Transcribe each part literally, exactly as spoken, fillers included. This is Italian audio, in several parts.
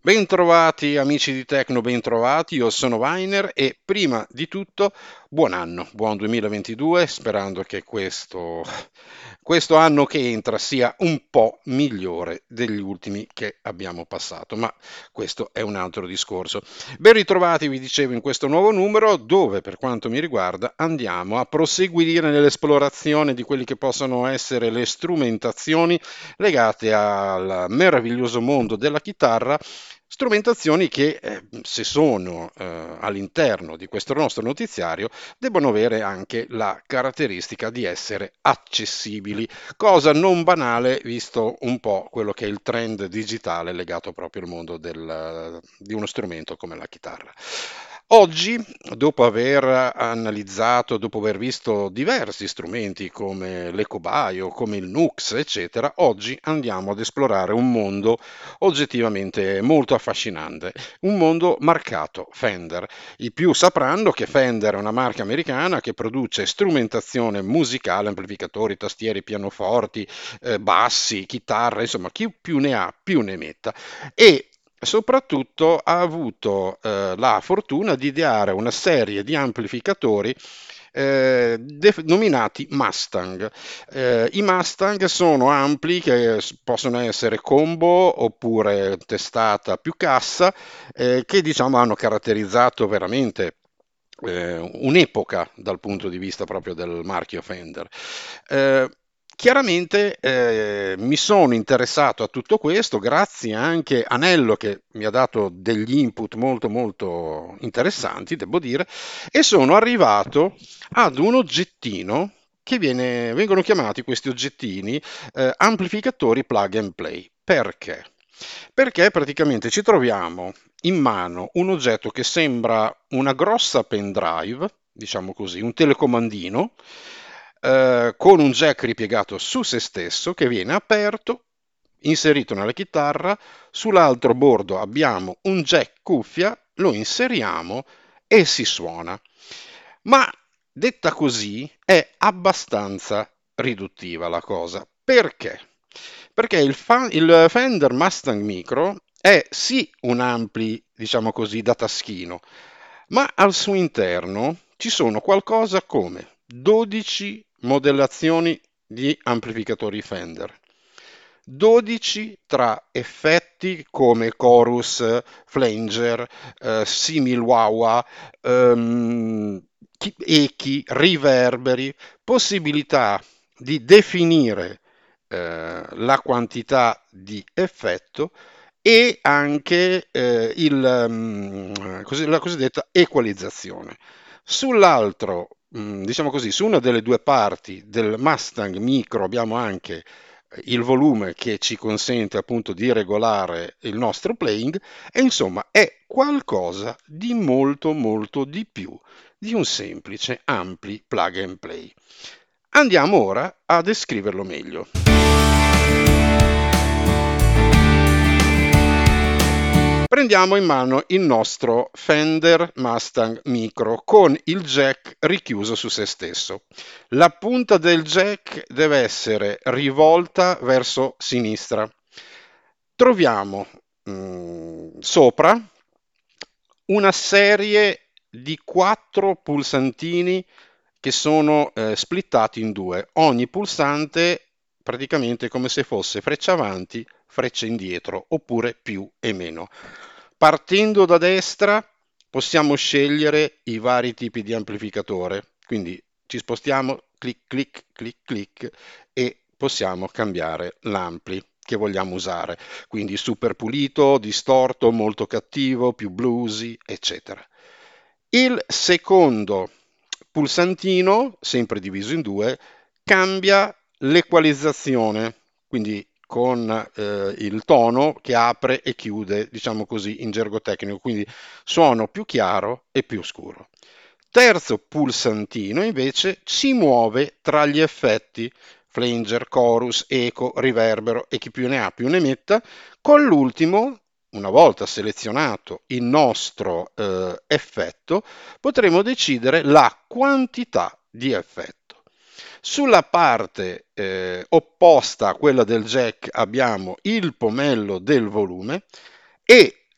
Bentrovati amici di Tecno, bentrovati, io sono Vainer e prima di tutto buon anno, buon duemilaventidue, sperando che questo, questo anno che entra sia un po' migliore degli ultimi che abbiamo passato, ma questo è un altro discorso. Ben ritrovati, vi dicevo, in questo nuovo numero dove, per quanto mi riguarda, andiamo a proseguire nell'esplorazione di quelli che possono essere le strumentazioni legate al meraviglioso mondo della chitarra. Strumentazioni che, eh, se sono eh, all'interno di questo nostro notiziario, debbono avere anche la caratteristica di essere accessibili, cosa non banale visto un po' quello che è il trend digitale legato proprio al mondo del- di uno strumento come la chitarra. Oggi, dopo aver analizzato, dopo aver visto diversi strumenti come l'Ecobaio, come il Nux, eccetera, oggi andiamo ad esplorare un mondo oggettivamente molto affascinante, un mondo marcato Fender. I più sapranno che Fender è una marca americana che produce strumentazione musicale, amplificatori, tastiere, pianoforti, eh, bassi, chitarre, insomma, chi più ne ha più ne metta. E soprattutto ha avuto eh, la fortuna di ideare una serie di amplificatori eh, def- nominati Mustang. Eh, I Mustang sono ampli che s- possono essere combo oppure testata più cassa, eh, che diciamo hanno caratterizzato veramente eh, un'epoca dal punto di vista proprio del marchio Fender. Eh, Chiaramente eh, mi sono interessato a tutto questo grazie anche a Nello che mi ha dato degli input molto molto interessanti, devo dire, e sono arrivato ad un oggettino che viene, vengono chiamati questi oggettini eh, amplificatori plug and play. Perché? Perché praticamente ci troviamo in mano un oggetto che sembra una grossa pendrive, diciamo così, un telecomandino, eh, con un jack ripiegato su se stesso che viene aperto, inserito nella chitarra, sull'altro bordo abbiamo un jack cuffia, lo inseriamo e si suona. Ma detta così è abbastanza riduttiva la cosa. Perché? Perché il, fa- il Fender Mustang Micro è sì un ampli, diciamo così, da taschino, ma al suo interno ci sono qualcosa come dodici modellazioni di amplificatori Fender. dodici tra effetti come chorus, flanger, eh, simil wah ehm, chi- echi, riverberi, possibilità di definire eh, la quantità di effetto e anche eh, il, mm, così- la cosiddetta equalizzazione. Sull'altro, mm, diciamo così, su una delle due parti del Mustang Micro abbiamo anche eh, il volume che ci consente appunto di regolare il nostro playing e insomma è qualcosa di molto molto di più di un semplice ampli plug and play. Andiamo ora a descriverlo meglio. Prendiamo in mano il nostro Fender Mustang Micro con il jack richiuso su se stesso. La punta del jack deve essere rivolta verso sinistra. Troviamo mm, sopra una serie di quattro pulsantini che sono eh, splittati in due. Ogni pulsante praticamente come se fosse freccia avanti, freccia indietro, oppure più e meno. Partendo da destra possiamo scegliere i vari tipi di amplificatore, quindi ci spostiamo, clic, clic, clic, clic e possiamo cambiare l'ampli che vogliamo usare, quindi super pulito, distorto, molto cattivo, più bluesy, eccetera. Il secondo pulsantino, sempre diviso in due, cambia l'equalizzazione, quindi con eh, il tono che apre e chiude, diciamo così, in gergo tecnico, quindi suono più chiaro e più scuro. Terzo pulsantino invece ci muove tra gli effetti flanger, chorus, eco, riverbero e chi più ne ha più ne metta, con l'ultimo, una volta selezionato il nostro eh, effetto, potremo decidere la quantità di effetto. Sulla parte eh, opposta a quella del jack abbiamo il pomello del volume e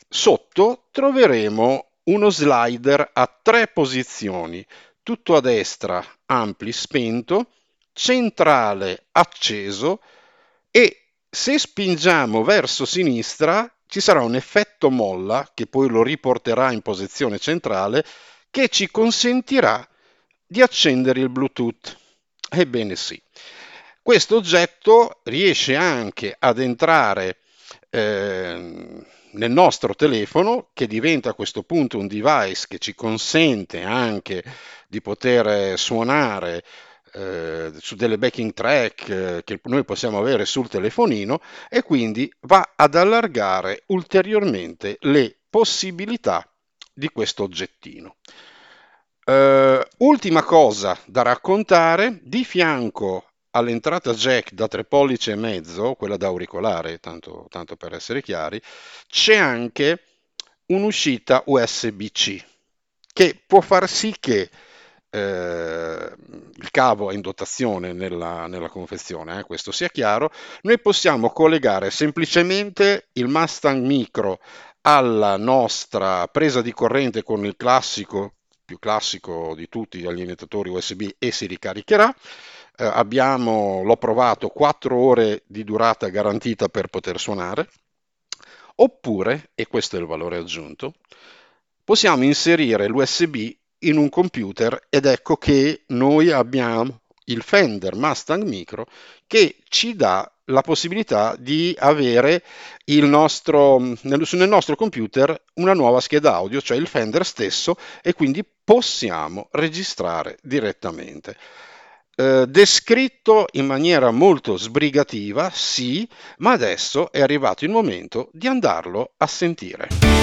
Sotto troveremo uno slider a tre posizioni, tutto a destra ampli spento, centrale acceso e se spingiamo verso sinistra ci sarà un effetto molla che poi lo riporterà in posizione centrale che ci consentirà di accendere il Bluetooth. Ebbene sì, questo oggetto riesce anche ad entrare eh, nel nostro telefono, che diventa a questo punto un device che ci consente anche di poter suonare eh, su delle backing track eh, che noi possiamo avere sul telefonino e quindi va ad allargare ulteriormente le possibilità di questo oggettino. Uh, ultima cosa da raccontare, di fianco all'entrata jack da tre pollici e mezzo, quella da auricolare, tanto, tanto per essere chiari, c'è anche un'uscita U S B-C che può far sì che eh, il cavo è in dotazione nella, nella confezione, eh, questo sia chiaro, noi possiamo collegare semplicemente il Mustang Micro alla nostra presa di corrente con il classico, più classico di tutti gli alimentatori U S B e si ricaricherà. Eh, abbiamo, l'ho provato, quattro ore di durata garantita per poter suonare. Oppure, e questo è il valore aggiunto, possiamo inserire l'U S B in un computer ed ecco che noi abbiamo il Fender Mustang Micro che ci dà la possibilità di avere il nostro, nel, nel nostro computer una nuova scheda audio, cioè il Fender stesso, e quindi possiamo registrare direttamente. Eh, descritto in maniera molto sbrigativa, sì, ma adesso è arrivato il momento di andarlo a sentire.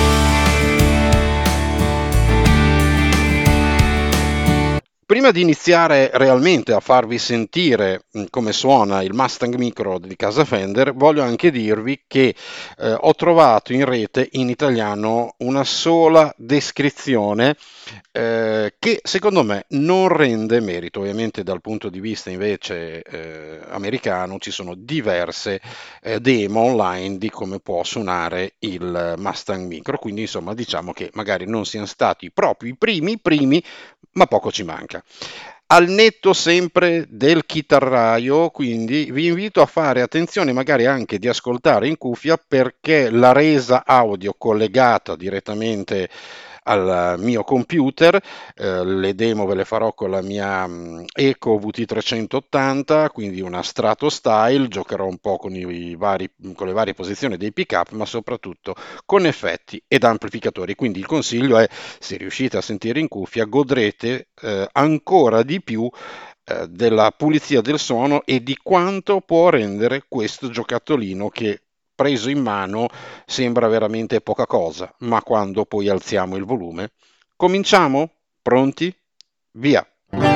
Prima di iniziare realmente a farvi sentire mh, come suona il Mustang Micro di casa Fender, voglio anche dirvi che eh, ho trovato in rete in italiano una sola descrizione eh, che secondo me non rende merito. Ovviamente dal punto di vista invece eh, americano ci sono diverse eh, demo online di come può suonare il Mustang Micro, quindi insomma diciamo che magari non siano stati proprio i primi primi, ma poco ci manca. Al netto sempre del chitarraio, quindi vi invito a fare attenzione magari anche di ascoltare in cuffia perché la resa audio collegata direttamente al mio computer, eh, le demo ve le farò con la mia mh, Eco V T trecentottanta, quindi una Strato Style, giocherò un po' con, i vari, con le varie posizioni dei pick-up, ma soprattutto con effetti ed amplificatori, quindi il consiglio è, se riuscite a sentire in cuffia, godrete eh, ancora di più eh, della pulizia del suono e di quanto può rendere questo giocattolino che preso in mano sembra veramente poca cosa, ma quando poi alziamo il volume. Cominciamo? Pronti? Via!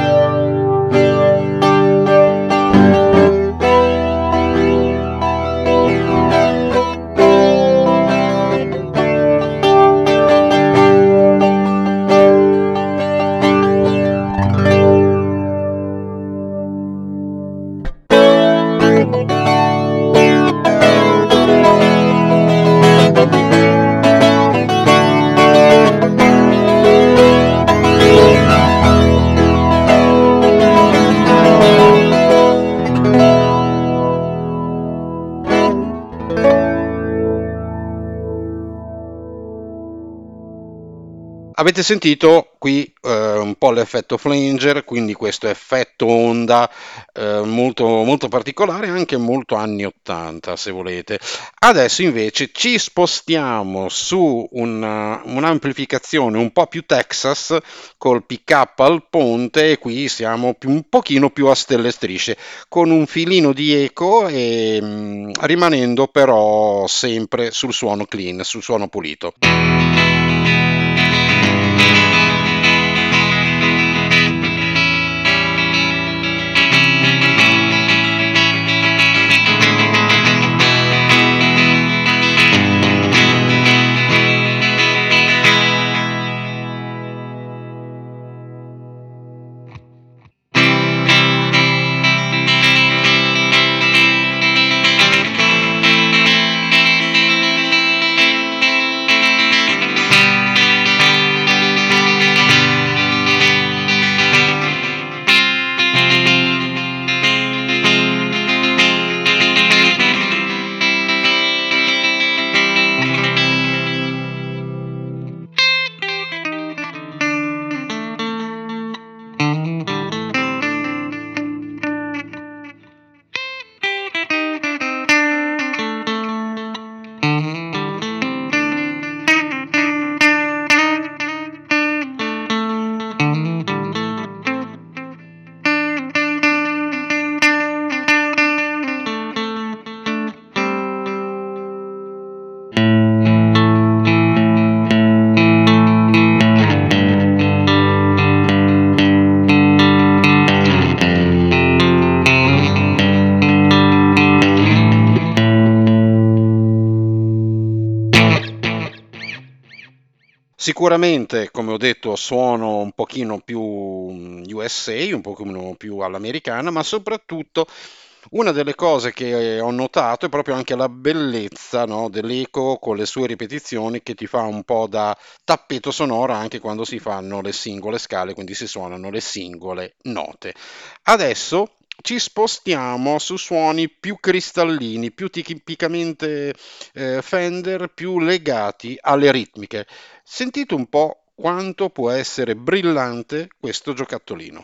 Avete sentito qui eh, un po' l'effetto flanger, quindi questo effetto onda eh, molto, molto particolare, anche molto anni ottanta se volete. Adesso invece ci spostiamo su una, un'amplificazione un po' più Texas col pick up al ponte e qui siamo più, un pochino più a stelle e strisce con un filino di eco e mh, rimanendo però sempre sul suono clean, sul suono pulito. Sicuramente, come ho detto, suono un pochino più mm, U S A, un pochino più all'americana, ma soprattutto una delle cose che ho notato è proprio anche la bellezza, no, dell'eco con le sue ripetizioni che ti fa un po' da tappeto sonoro anche quando si fanno le singole scale, quindi si suonano le singole note. Adesso ci spostiamo su suoni più cristallini, più tipicamente eh, Fender, più legati alle ritmiche. Sentite un po' quanto può essere brillante questo giocattolino.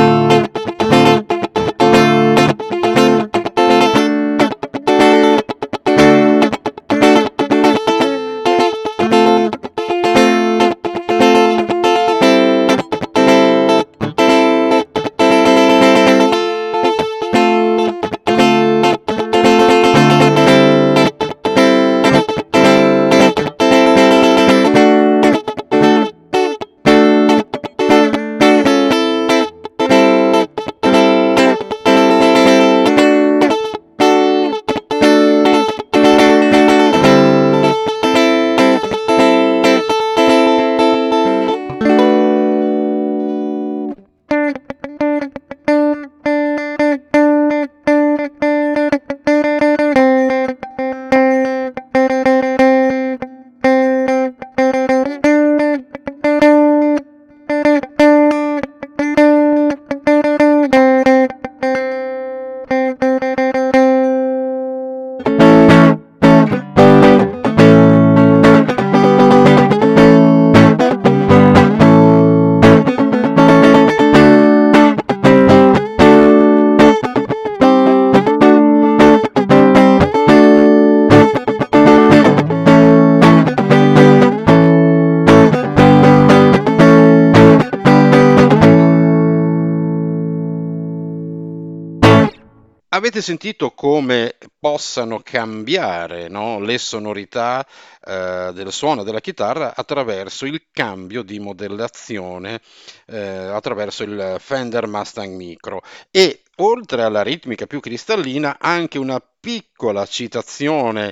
Avete sentito come possano cambiare, no, le sonorità eh, del suono della chitarra attraverso il cambio di modellazione, eh, attraverso il Fender Mustang Micro e oltre alla ritmica più cristallina anche una piccola citazione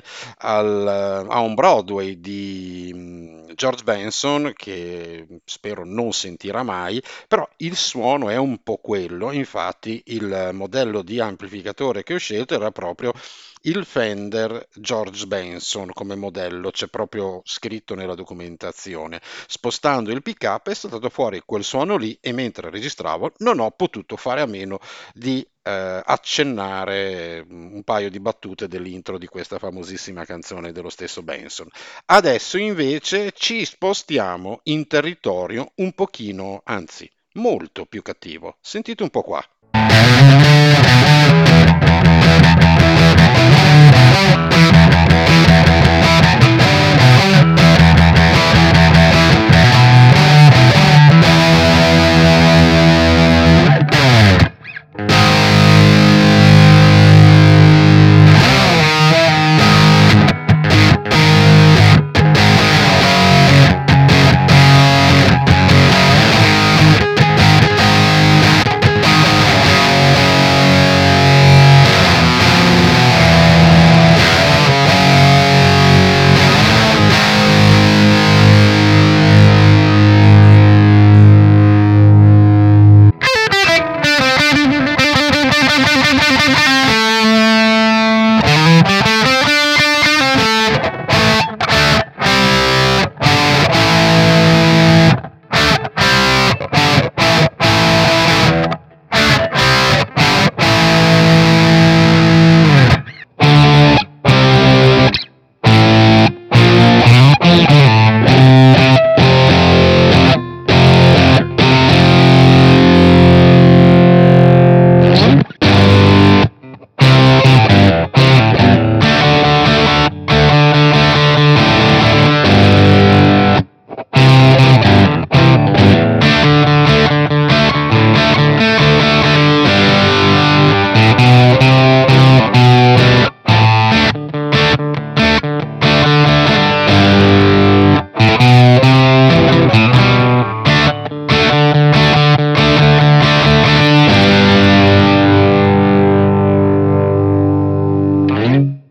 al- a un Broadway di mm, George Benson che spero non sentirà mai, però il suono è un po' quello, infatti il modello di amplificatore che ho scelto era proprio il Fender George Benson come modello, c'è proprio scritto nella documentazione. Spostando il pick-up è saltato fuori quel suono lì e mentre registravo non ho potuto fare a meno di eh, accennare mm, un paio di battute dell'intro di questa famosissima canzone dello stesso Benson. Adesso invece ci spostiamo in territorio un pochino, anzi, molto più cattivo. Sentite un po' qua.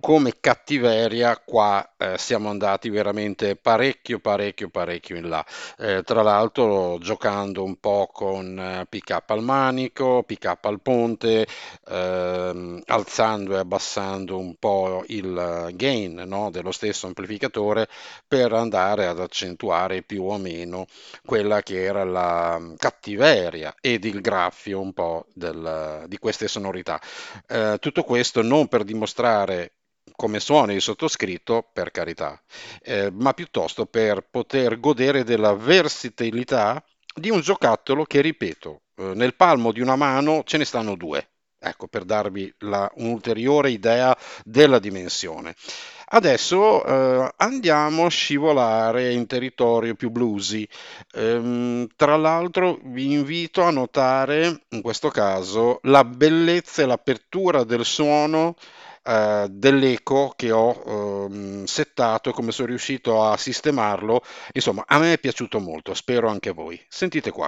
come cattiveria qua eh, siamo andati veramente parecchio, parecchio, parecchio in là. Eh, tra l'altro giocando un po' con eh, pick up al manico, pick up al ponte, ehm, alzando e abbassando un po' il eh, gain, no, dello stesso amplificatore per andare ad accentuare più o meno quella che era la mm, cattiveria ed il graffio un po' del- di queste sonorità. Eh, tutto questo non per dimostrare come suona il sottoscritto, per carità, eh, ma piuttosto per poter godere della versatilità di un giocattolo che, ripeto, eh, nel palmo di una mano ce ne stanno due. Ecco, per darvi la- un'ulteriore idea della dimensione. Adesso eh, andiamo a scivolare in territorio più bluesy. Ehm, tra l'altro vi invito a notare in questo caso la bellezza e l'apertura del suono eh, dell'eco che ho ehm, settato e come sono riuscito a sistemarlo. Insomma, a me è piaciuto molto, spero anche a voi. Sentite qua.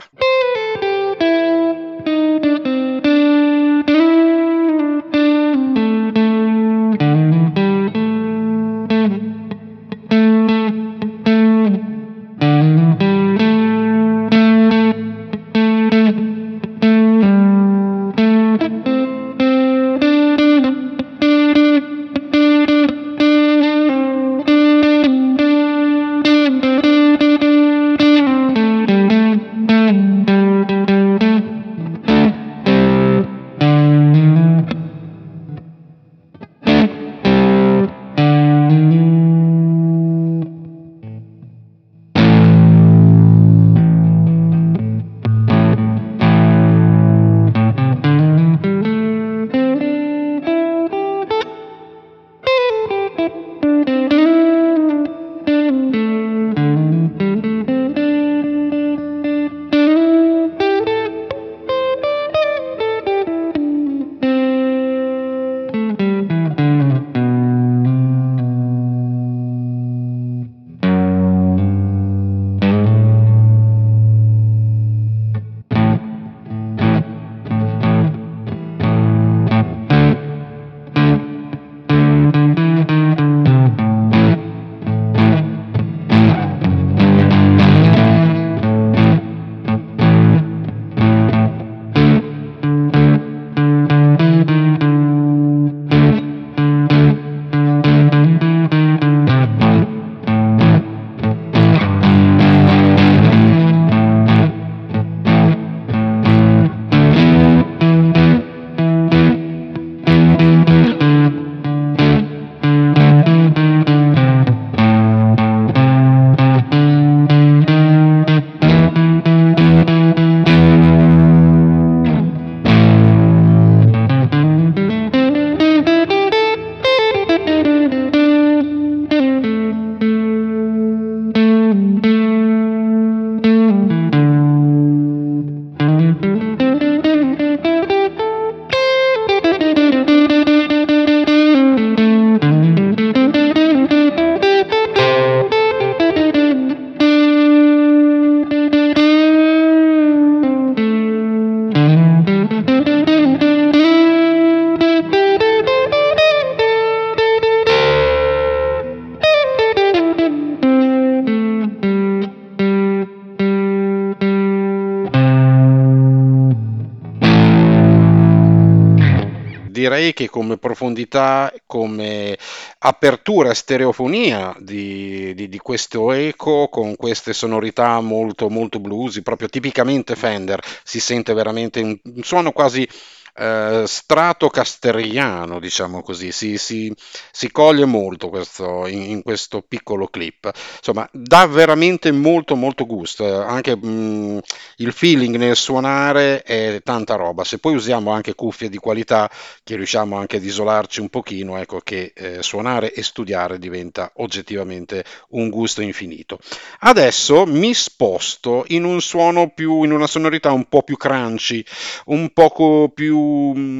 Direi che come profondità, come apertura e stereofonia di, di- di questo eco con queste sonorità molto, molto bluesy, proprio tipicamente Fender, si sente veramente un, un suono quasi eh, stratocasteriano, diciamo così, si, si- si coglie molto questo- in, in questo piccolo clip. Insomma, dà veramente molto, molto gusto, eh, anche mh, il feeling nel suonare è tanta roba. Se poi usiamo anche cuffie di qualità che riusciamo anche ad isolarci un pochino, ecco che eh, suonare e studiare diventa oggettivamente un gusto infinito. Adesso mi sposto in un suono più, in una sonorità un po' più crunchy, un poco più mh,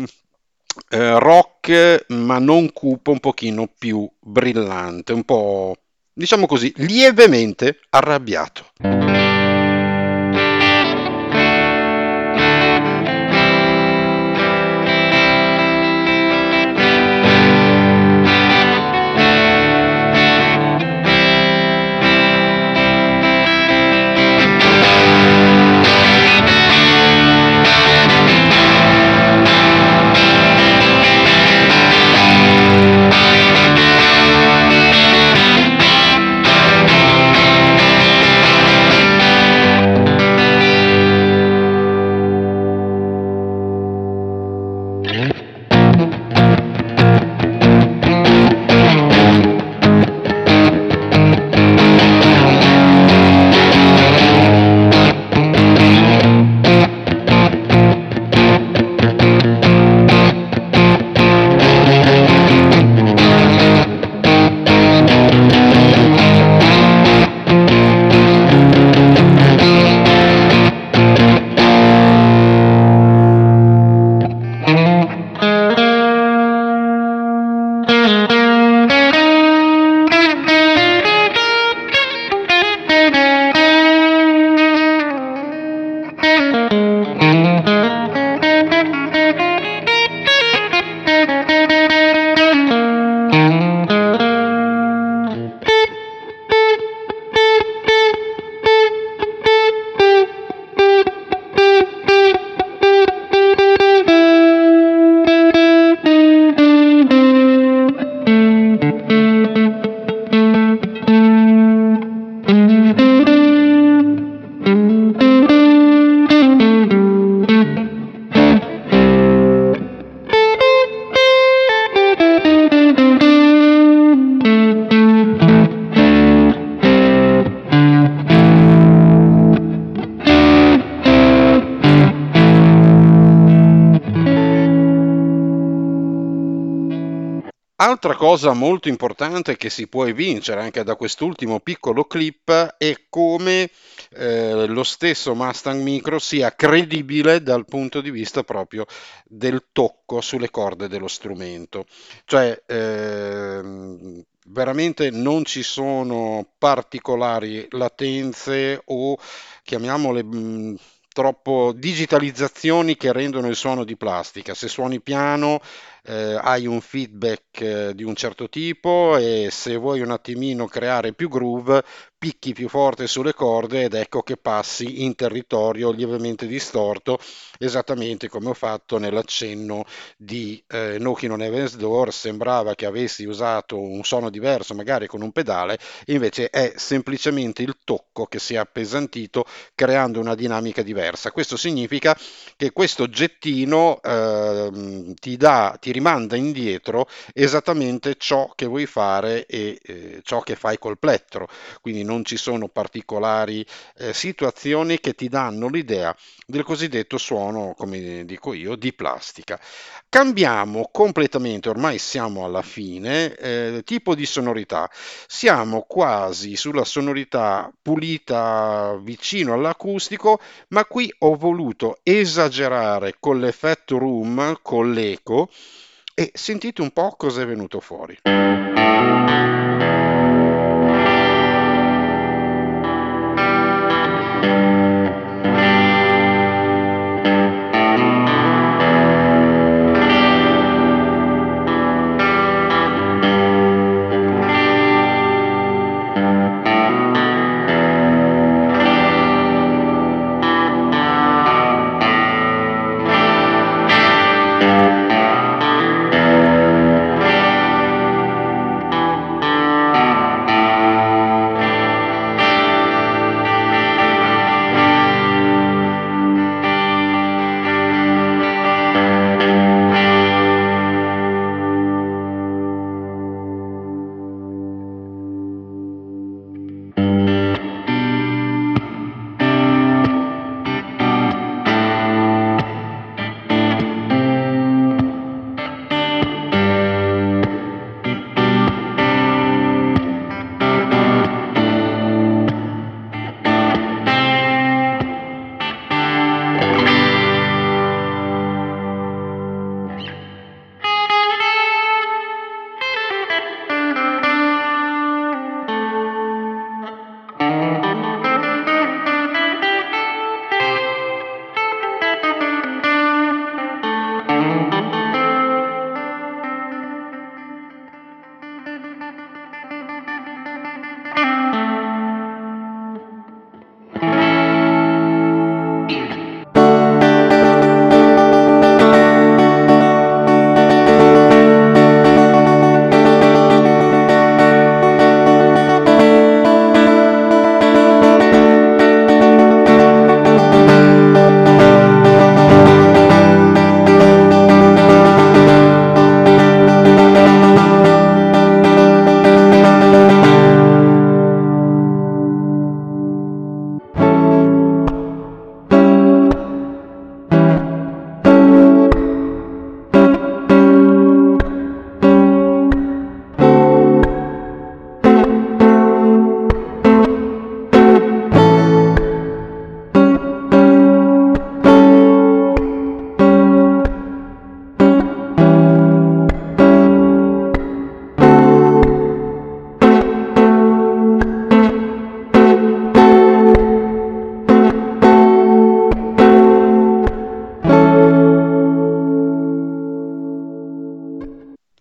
eh, rock, ma non cupo, un pochino più brillante, un po', diciamo così, lievemente arrabbiato. Altra cosa molto importante che si può evincere anche da quest'ultimo piccolo clip è come eh, lo stesso Mustang Micro sia credibile dal punto di vista proprio del tocco sulle corde dello strumento. Cioè, ehm, veramente non ci sono particolari latenze o chiamiamole mh, troppo digitalizzazioni che rendono il suono di plastica. Se suoni piano eh, hai un feedback eh, di un certo tipo e se vuoi un attimino creare più groove, picchi più forte sulle corde ed ecco che passi in territorio lievemente distorto, esattamente come ho fatto nell'accenno di eh, Knocking on Heaven's Door. Sembrava che avessi usato un suono diverso, magari con un pedale, invece è semplicemente il tocco che si è appesantito creando una dinamica diversa. Questo significa che questo oggettino ehm, ti dà, ti rimanda indietro esattamente ciò che vuoi fare e eh, ciò che fai col plettro, quindi non ci sono particolari eh, situazioni che ti danno l'idea del cosiddetto suono, come dico io, di plastica. Cambiamo completamente, ormai siamo alla fine, eh, tipo di sonorità. Siamo quasi sulla sonorità pulita vicino all'acustico, ma qui ho voluto esagerare con l'effetto room, con l'eco, e sentite un po' cosa è venuto fuori.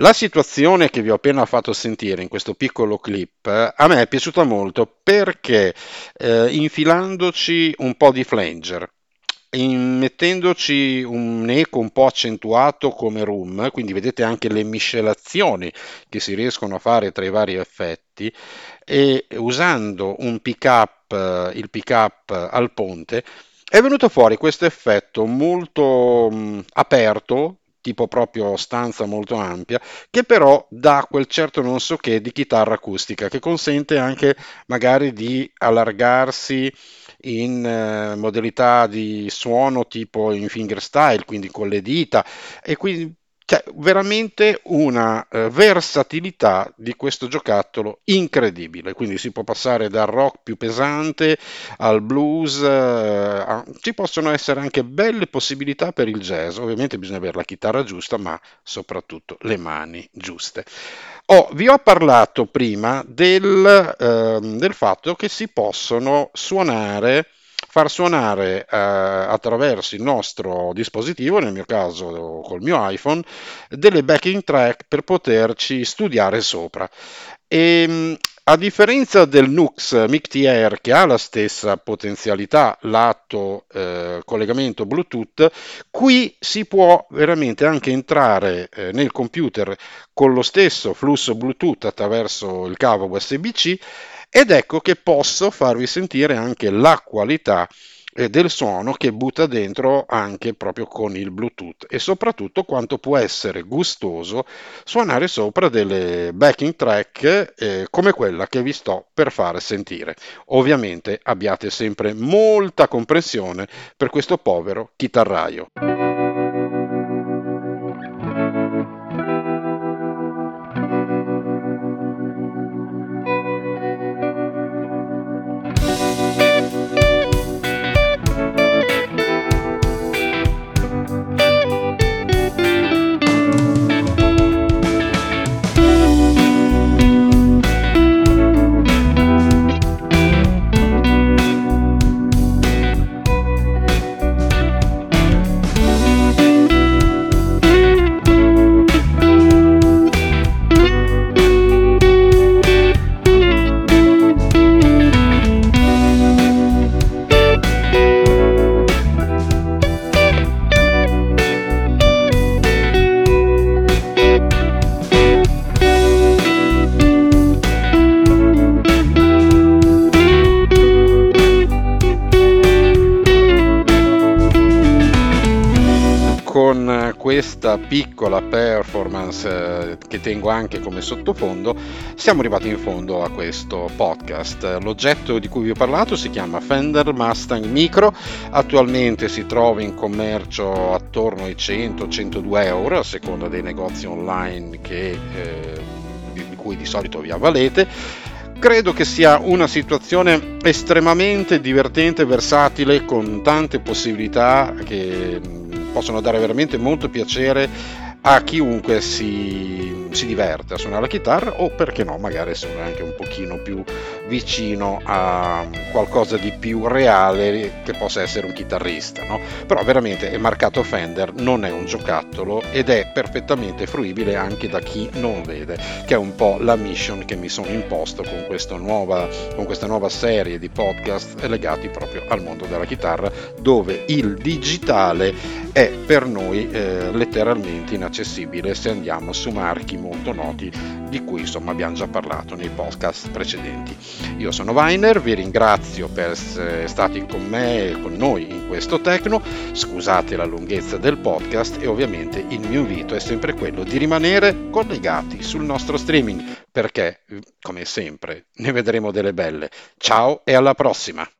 La situazione che vi ho appena fatto sentire in questo piccolo clip eh, a me è piaciuta molto perché eh, infilandoci un po' di flanger, in- mettendoci un eco un po' accentuato come room, quindi vedete anche le miscelazioni che si riescono a fare tra i vari effetti, e usando un pick up, eh, il pick up al ponte, è venuto fuori questo effetto molto mh, aperto, tipo proprio stanza molto ampia, che però dà quel certo non so che di chitarra acustica, che consente anche magari di allargarsi in eh, modalità di suono tipo in fingerstyle, quindi con le dita, e quindi c'è veramente una eh, versatilità di questo giocattolo incredibile. Quindi si può passare dal rock più pesante al blues, eh, a- ci possono essere anche belle possibilità per il jazz. Ovviamente bisogna avere la chitarra giusta, ma soprattutto le mani giuste. Oh, vi ho parlato prima del, ehm, del fatto che si possono suonare, far suonare eh, attraverso il nostro dispositivo, nel mio caso col mio iPhone, delle backing track per poterci studiare sopra. E, mh, a differenza del Nux Mic T R che ha la stessa potenzialità lato eh, collegamento Bluetooth, qui si può veramente anche entrare eh, nel computer con lo stesso flusso Bluetooth attraverso il cavo U S B-C ed ecco che posso farvi sentire anche la qualità eh, del suono che butta dentro anche proprio con il Bluetooth e soprattutto quanto può essere gustoso suonare sopra delle backing track eh, come quella che vi sto per fare sentire. Ovviamente abbiate sempre molta comprensione per questo povero chitarraio. Con questa piccola performance eh, che tengo anche come sottofondo, siamo arrivati in fondo a questo podcast. L'oggetto di cui vi ho parlato si chiama Fender Mustang Micro, attualmente si trova in commercio attorno ai cento centodue euro a seconda dei negozi online che, eh, di cui di solito vi avvalete. Credo che sia una situazione estremamente divertente, versatile, con tante possibilità che mh, possono dare veramente molto piacere a chiunque si, si diverte a suonare la chitarra o perché no, magari essere anche un pochino più vicino a qualcosa di più reale che possa essere un chitarrista, no? Però veramente è marcato Fender, non è un giocattolo ed è perfettamente fruibile anche da chi non vede, che è un po' la mission che mi sono imposto con questa nuova, con questa nuova serie di podcast legati proprio al mondo della chitarra, dove il digitale è per noi eh, letteralmente inaccessibile se andiamo su marchi molto noti di cui insomma abbiamo già parlato nei podcast precedenti. Io sono Weiner, vi ringrazio per essere stati con me e con noi in questo Tecno, scusate la lunghezza del podcast e ovviamente il mio invito è sempre quello di rimanere collegati sul nostro streaming perché come sempre ne vedremo delle belle. Ciao e alla prossima!